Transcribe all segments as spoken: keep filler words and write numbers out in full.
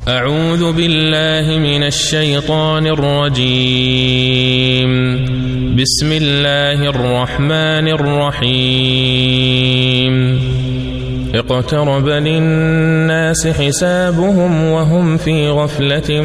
أعوذ بالله من الشيطان الرجيم. بسم الله الرحمن الرحيم. اقترب للناس حسابهم وهم في غفلة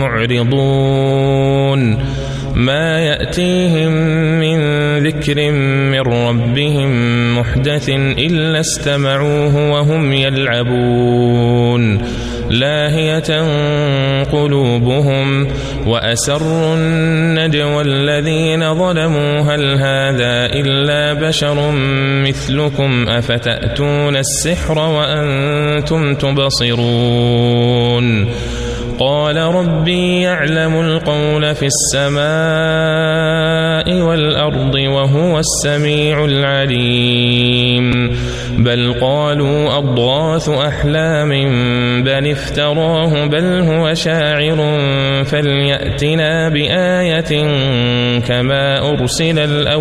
معرضون ما يأتيهم من ذكر من ربهم محدث إلا استمعوه وهم يلعبون لاهية قلوبهم وأسروا النجوى الذين ظلموا هل هذا إلا بشر مثلكم أفتأتون السحر وأنتم تبصرون قال ربي يعلم القول في السماء والأرض وهو السميع العليم بل قالوا أضغاث أحلام بل افتراه بل هو شاعر فليأتنا بآية كما أرسل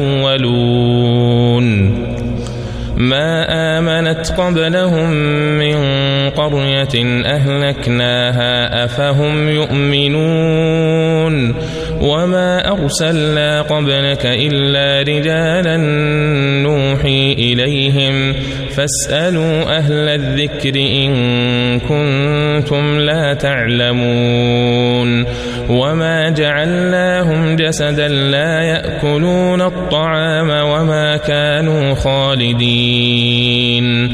الأولون ما آمنت قبلهم من قرية أهلكناها أفهم يؤمنون وما أرسلنا قبلك إلا رجالا نوحي إليهم فاسألوا أهل الذكر إن كنتم لا تعلمون وما جعلناهم جسدا لا يأكلون الطعام وما كانوا خالدين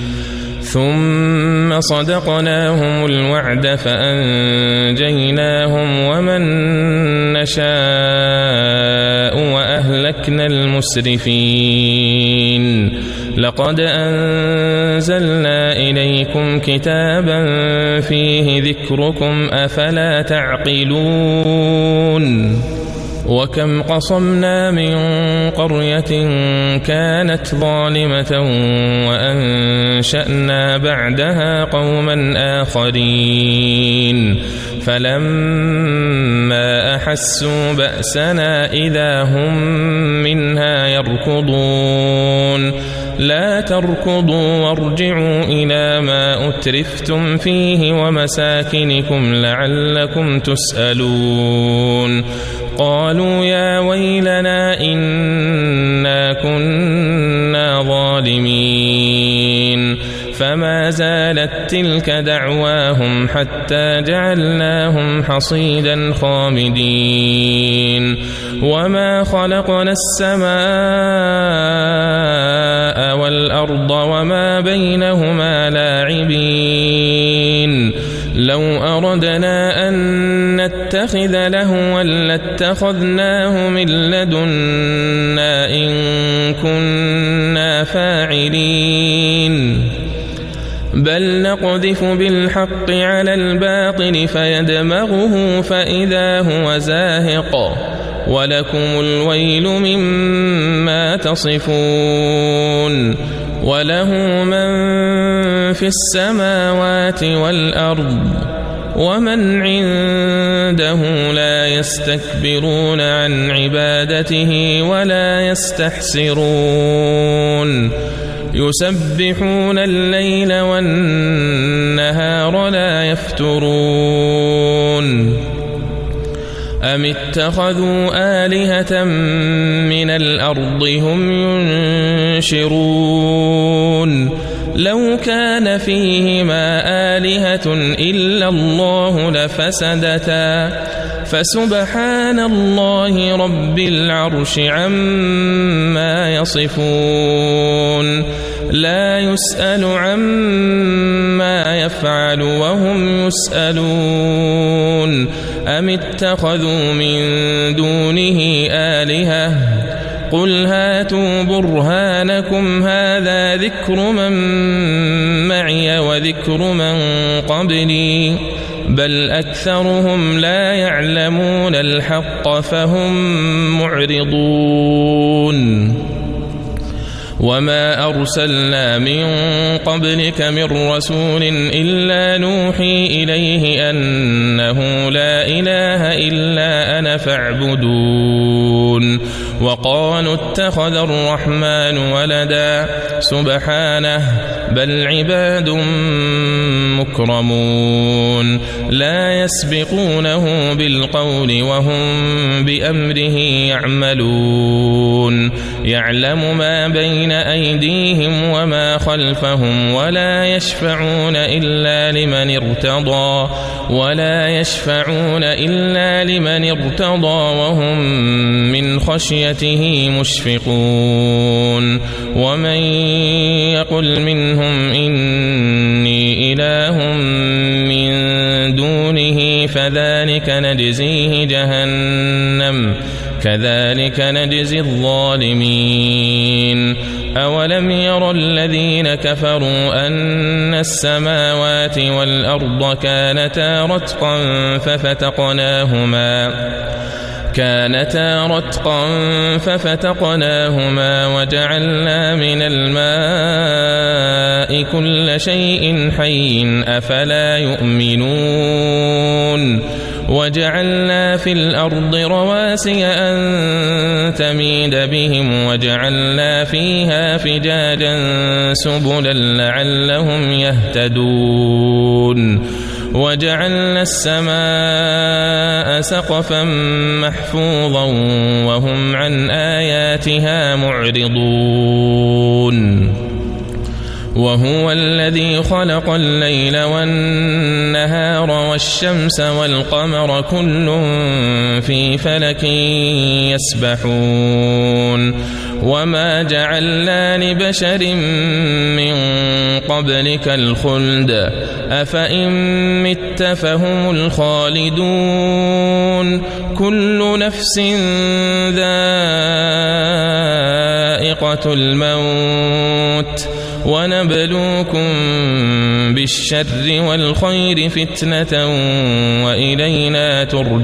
ثم صدقناهم الوعد فأنجيناهم ومن نشاء وأهلكنا المسرفين لقد أنزلنا إليكم كتابا فيه ذكركم أفلا تعقلون وكم قصمنا من قرية كانت ظالمة وأنشأنا بعدها قوما آخرين فلما أحسوا بأسنا إذا هم منها يركضون لا تركضوا وارجعوا إلى ما أترفتم فيه ومساكنكم لعلكم تسألون قالوا يا ويلنا إنا كنا ظالمين فما زالت تلك دعواهم حتى جعلناهم حصيدا خامدين وما خلقنا السماء والأرض وما بينهما لاعبين لو أردنا أن نتخذ لهوا لاتخذناه من لدنا إن كنا فاعلين بل نقذف بالحق على الباطل فيدمغه فإذا هو زاهق ولكم الويل مما تصفون وله من في السماوات والأرض ومن عنده لا يستكبرون عن عبادته ولا يستحسرون يسبحون الليل والنهار لا يفترون أم اتخذوا آلهة من الأرض هم ينشرون لو كان فيهما آلهة إلا الله لفسدتا فسبحان الله رب العرش عما يصفون لا يسأل عما يفعل وهم يسألون أم اتخذوا من دونه آلهة قل هاتوا برهانكم هذا ذكر من معي وذكر من قبلي بل أكثرهم لا يعلمون الحق فهم معرضون وما أرسلنا من قبلك من رسول إلا نوحي إليه أنه لا إله إلا أنا فاعبدون وقالوا اتخذ الرحمن ولدا سبحانه بل عباد مكرمون لا يسبقونه بالقول وهم بأمره يعملون يعلم ما بين أيديهم وما خلفهم ولا يشفعون إلا لمن ارتضى ولا يشفعون إلا لمن ارتضى وهم من خشيته مشفقون ومن يقل منهم إني إله من دونه فذلك نجزيه جهنم كذلك نجزي الظالمين أولم ير الذين كفروا أن السماوات والأرض كانتا رتقا ففتقناهما كانتا رتقا ففتقناهما وجعلنا من الماء كل شيء حي أفلا يؤمنون وجعلنا في الأرض رواسي أن تميد بهم وجعلنا فيها فجاجا سبلا لعلهم يهتدون وجعلنا السماء سقفا محفوظا وهم عن آياتها معرضون وهو الذي خلق الليل والنهار والشمس والقمر كل في فلك يسبحون وما جعلنا لبشر من قبلك الخلد أفإن مت فهم الخالدون كل نفس ذائقة الموت ونبلوكم بالشر والخير فتنة وإلينا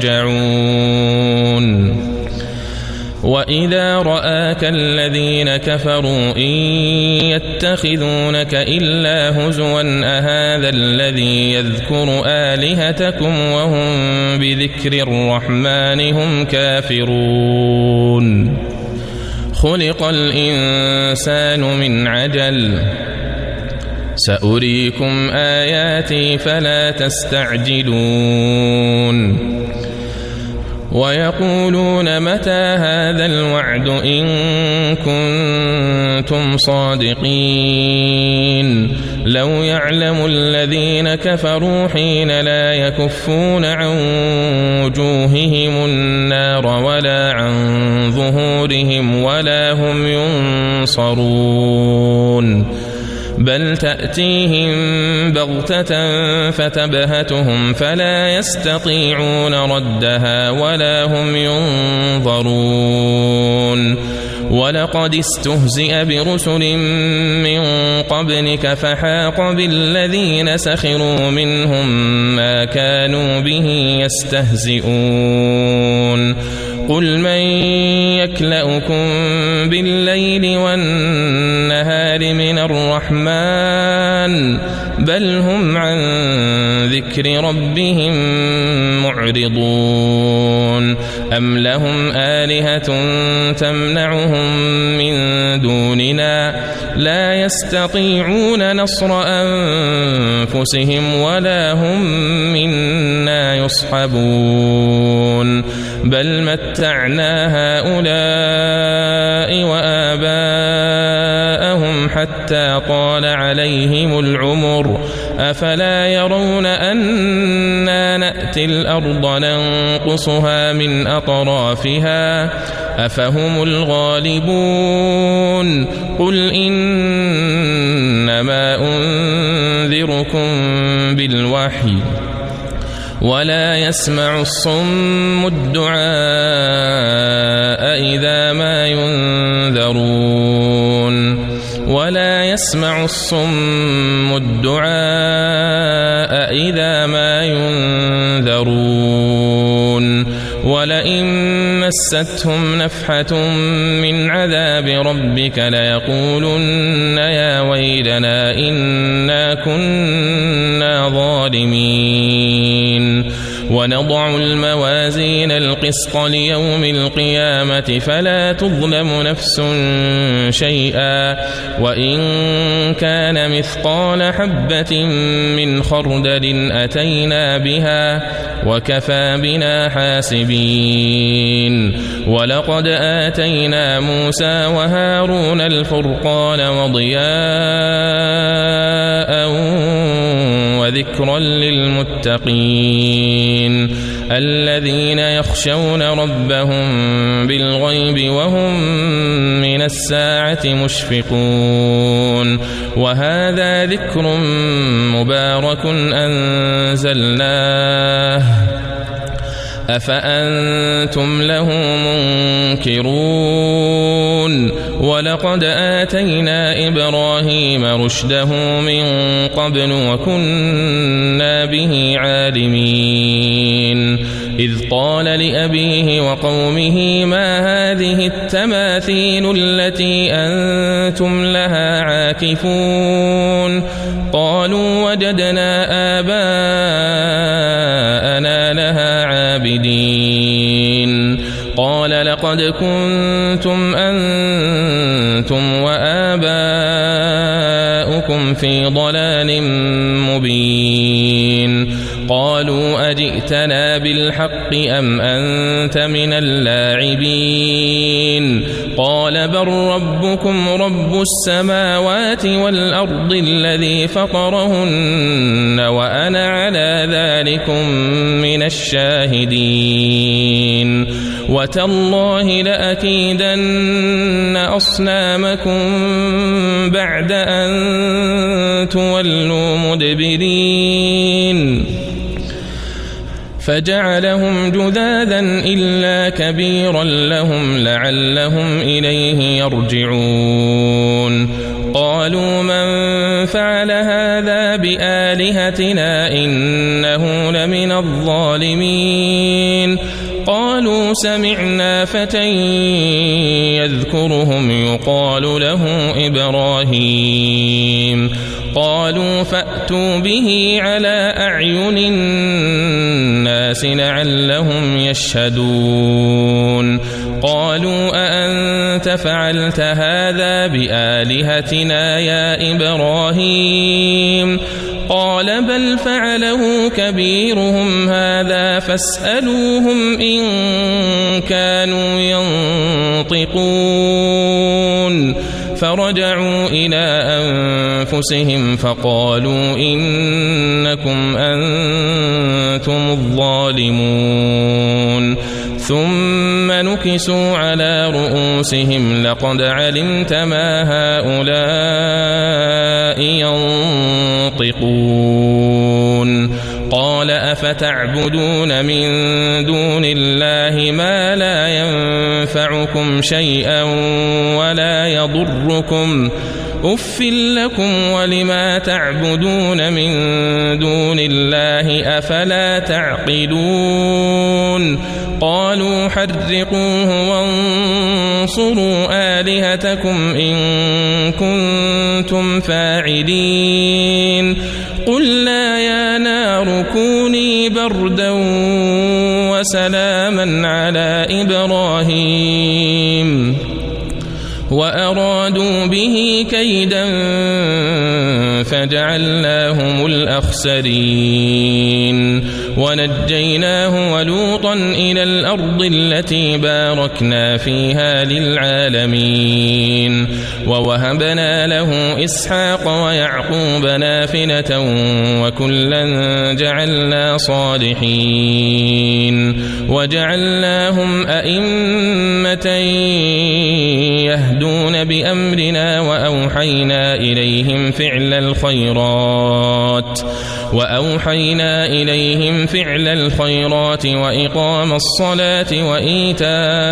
ترجعون وإذا رآك الذين كفروا إن يتخذونك إلا هزوا أهذا الذي يذكر آلهتكم وهم بذكر الرحمن هم كافرون خلق الإنسان من عجل سأريكم آياتي فلا تستعجلون ويقولون متى هذا الوعد إن كنتم صادقين لو يعلم الذين كفروا حين لا يكفون عن وجوههم النار ولا عن ظهورهم ولا هم ينصرون بل تأتيهم بغتة فتبهتهم فلا يستطيعون ردها ولا هم ينظرون ولقد استهزئ برسل من قبلك فحاق بالذين سخروا منهم ما كانوا به يستهزئون قل من يكلؤكم بالليل والنهار من الرحمن بل هم عن ذكر ربهم معرضون أم لهم آلهة تمنعهم من دوننا لا يستطيعون نصر أنفسهم ولا هم منا يصحبون بل متعنا هؤلاء وآباءهم حتى طال عليهم العمر أفلا يرون أنا نأتي الأرض ننقصها من أطرافها أفهم الغالبون قل إنما أنذركم بالوحي ولا يسمع الصم الدعاء إذا ما ينذرون ولا يسمع الصم الدعاء إذا ما ينذرون ولئن مستهم نفحة من عذاب ربك ليقولن يا ويلنا إنا كنا ظالمين ونضع الموازين القسط ليوم القيامة فلا تظلم نفس شيئا وإن كان مثقال حبة من خردل أتينا بها وكفى بنا حاسبين ولقد آتينا موسى وهارون الفرقان وضياء وذكرا للمتقين الذين يخشون ربهم بالغيب وهم من الساعة مشفقون وهذا ذكر مبارك أنزلناه أفأنتم له منكرون ولقد آتينا إبراهيم رشده من قبل وكنا به عالمين إذ قال لأبيه وقومه ما هذه التماثيل التي أنتم لها عاكفون قالوا وجدنا آباءنا لها عابدين قال لقد كنتم أنتم وآباؤكم في ضلال مبين قالوا أجئتنا بالحق أم أنت من اللاعبين قال بل ربكم رب السماوات والأرض الذي فطرهن وأنا على ذلكم من الشاهدين وتالله لأكيدن أصنامكم بعد أن تولوا مدبرين فجعلهم جذاذا إلا كبيرا لهم لعلهم إليه يرجعون قالوا من فعل هذا بآلهتنا إنه لمن الظالمين قالوا سمعنا فتى يذكرهم يقال له إبراهيم قالوا فأتوا به على أعين الناس لعلهم يشهدون قالوا أأنت فعلت هذا بآلهتنا يا إبراهيم قال بل فعله كبيرهم هذا فاسألوهم إن كانوا ينطقون فرجعوا إلى أنفسهم فقالوا إنكم أنتم الظالمون ثم نكسوا على رؤوسهم لقد علمت ما هؤلاء ينطقون قال أفتعبدون من دون الله ما لا ينفعكم شيئا ولا يضركم أف لكم ولما تعبدون من دون الله أفلا تعقلون قالوا حرقوه وانصروا آلهتكم إن كنتم فاعلين قلنا يا نار كوني بردا وسلاما على إبراهيم وأرادوا به كيدا فجعلناهم الأخسرين ونجيناه ولوطا إلى الأرض التي باركنا فيها للعالمين ووهبنا له إسحاق ويعقوب نافلة وكلا جعلنا صالحين وجعلناهم أئمة يهدون بأمرنا وأوحينا إليهم فعل الخيرات وأوحينا إليهم فعل الخيرات وإقام الصلاة وإيتاء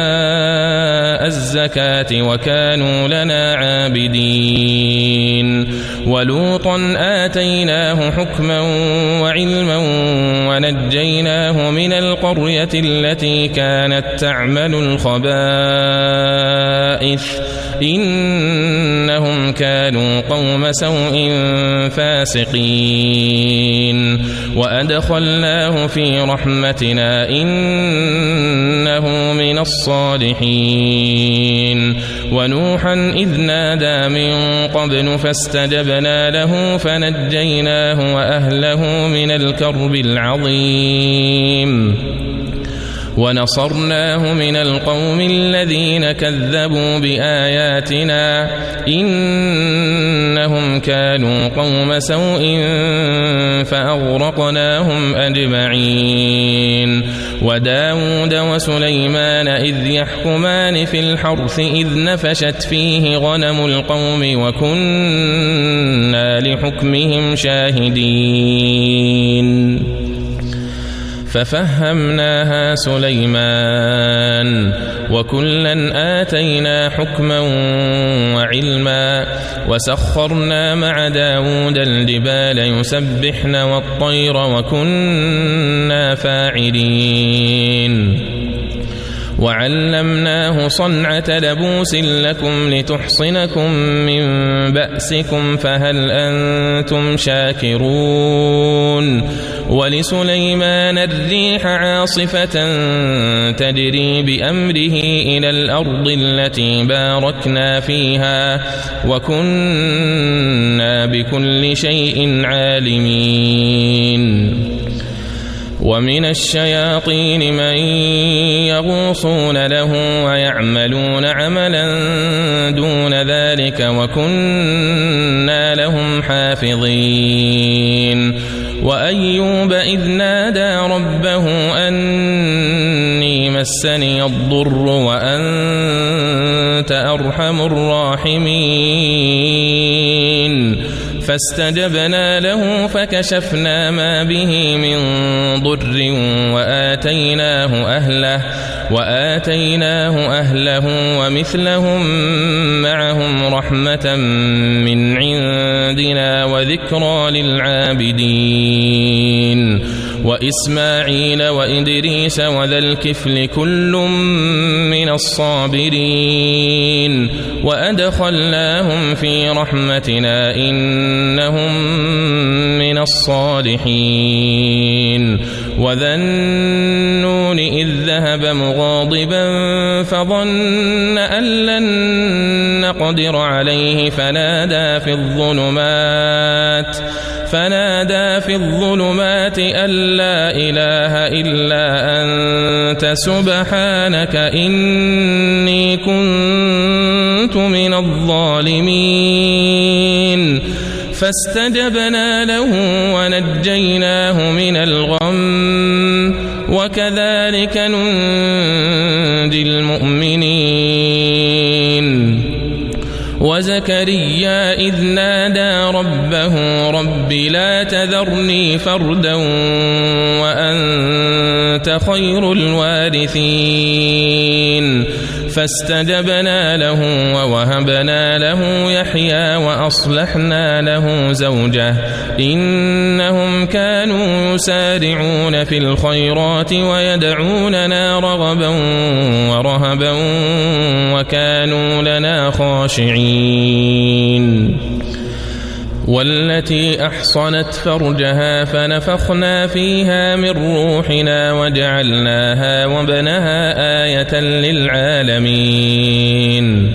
الزكاة وكانوا لنا عابدين ولوطا آتيناه حكما وعلما ونجيناه من القرية التي كانت تعمل الخبائث إنهم كانوا قوم سوء فاسقين وأدخلناه في رحمتنا إنه من الصالحين ونوحا إذ نادى من قبل فاستجبنا له فنجيناه وأهله من الكرب العظيم ونصرناه من القوم الذين كذبوا بآياتنا إنهم كانوا قوم سوء فأغرقناهم أجمعين وداود وسليمان إذ يحكمان في الحرث إذ نفشت فيه غنم القوم وكنا لحكمهم شاهدين ففهمناها سليمان وكلا آتينا حكما وعلما وسخرنا مع داود الجبال يسبحن والطير وكنا فاعلين وعلمناه صنعة لبوس لكم لتحصنكم من بأسكم فهل أنتم شاكرون ولسليمان الريح عاصفة تجري بأمره إلى الأرض التي باركنا فيها وكنا بكل شيء عالمين ومن الشياطين من يغوصون له ويعملون عملا دون ذلك وكنا لهم حافظين وأيوب إذ نادى ربه أني مسني الضر وأنت أرحم الراحمين فاستجبنا له فكشفنا ما به من ضر وآتيناه أهله وآتيناه أهله ومثلهم معهم رحمة من عندنا وذكرى للعابدين وإسماعيل وإدريس وذا الكفل كل من الصابرين وأدخلناهم في رحمتنا إنهم من الصالحين وذا النون إذ ذهب مغاضبا فظن أن لن نقدر عليه فنادى في الظلمات فنادى في الظلمات أن لا إله إلا أنت سبحانك إني كنت من الظالمين فاستجبنا له ونجيناه من الغم وكذلك ننجي المؤمنين وزكريا إذ نادى ربه رب لا تذرني فردا وأنت خير الوارثين فاستجبنا له ووهبنا له يحيى وأصلحنا له زوجه إنهم كانوا يسارعون في الخيرات ويدعوننا رغبا ورهبا وكانوا لنا خاشعين والتي أحصنت فرجها فنفخنا فيها من روحنا وجعلناها وابنها آية للعالمين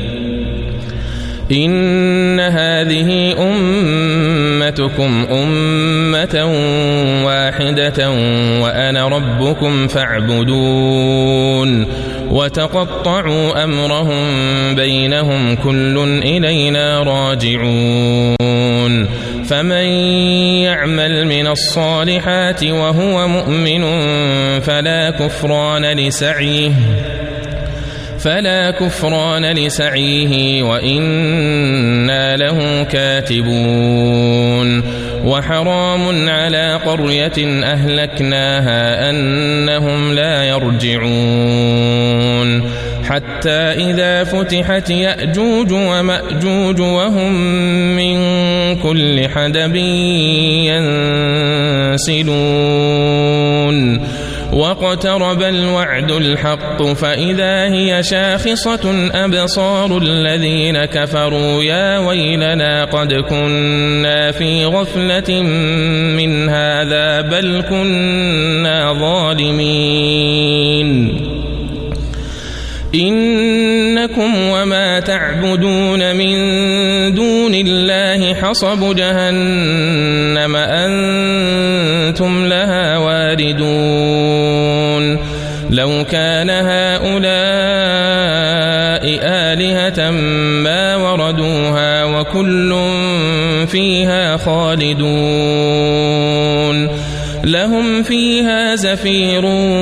إن هذه أمتكم أمة واحدة وأنا ربكم فاعبدون وتقطعوا أمرهم بينهم كل إلينا راجعون فمن يعمل من الصالحات وهو مؤمن فلا كفران لسعيه فلا كفران لسعيه وإنا له كاتبون وحرام على قرية أهلكناها أنهم لا يرجعون حتى إذا فتحت يأجوج ومأجوج وهم من كل حدب ينسلون واقترب الوعد الحق فإذا هي شاخصة أبصار الذين كفروا يا ويلنا قد كنا في غفلة من هذا بل كنا ظالمين إنكم وما تعبدون من دون الله حصب جهنم أنتم لها واردون لو كان هؤلاء آلهة ما وردوها وكل فيها خالدون لهم فيها زفير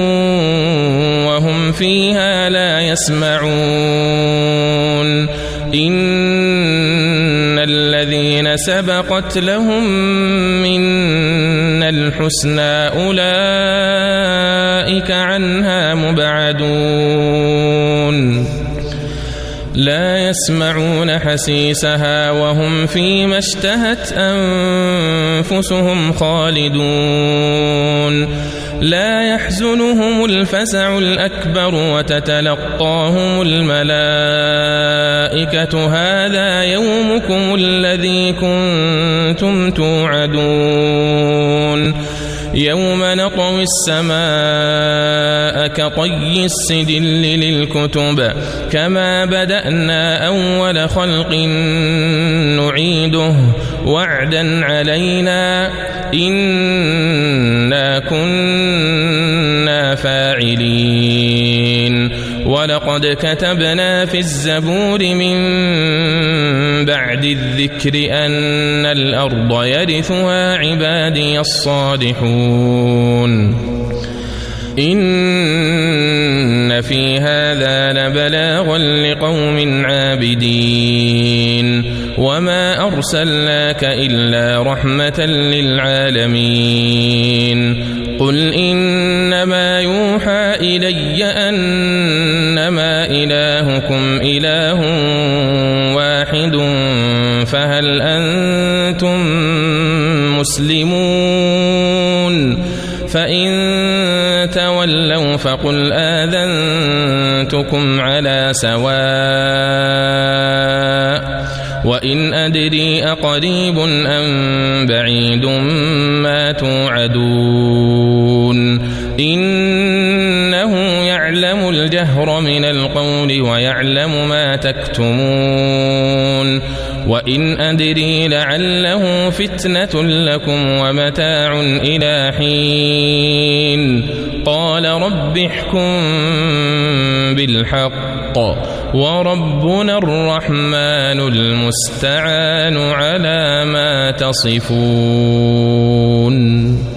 وهم فيها لا يسمعون إن الذين سبقت لهم منا الحسنى أولئك عنها مبعدون لا يسمعون حسيسها وهم فيما اشتهت أنفسهم خالدون لا يحزنهم الفزع الأكبر وتتلقاهم الملائكة هذا يومكم الذي كنتم توعدون يوم نطوي السماء كطي السجل للكتب كما بدأنا أول خلق نعيده وعدا علينا إنا كنا فاعلين ولقد كتبنا في الزبور من بعد الذكر أن الأرض يرثها عبادي الصالحون إن في هذا لبلاغا لقوم عابدين وما أرسلناك إلا رحمة للعالمين قل إنما يوحى إلي أنما إلهكم إله واحد فهل أنتم مسلمون فإن تولوا فقل آذنتكم على سواء وإن أدري أقريب أم بعيد ما توعدون إنه يعلم الجهر من القول ويعلم ما تكتمون وإن أدري لعله فتنة لكم ومتاع إلى حين قال رب احكم بالحق وربنا الرحمن المستعان على ما تصفون.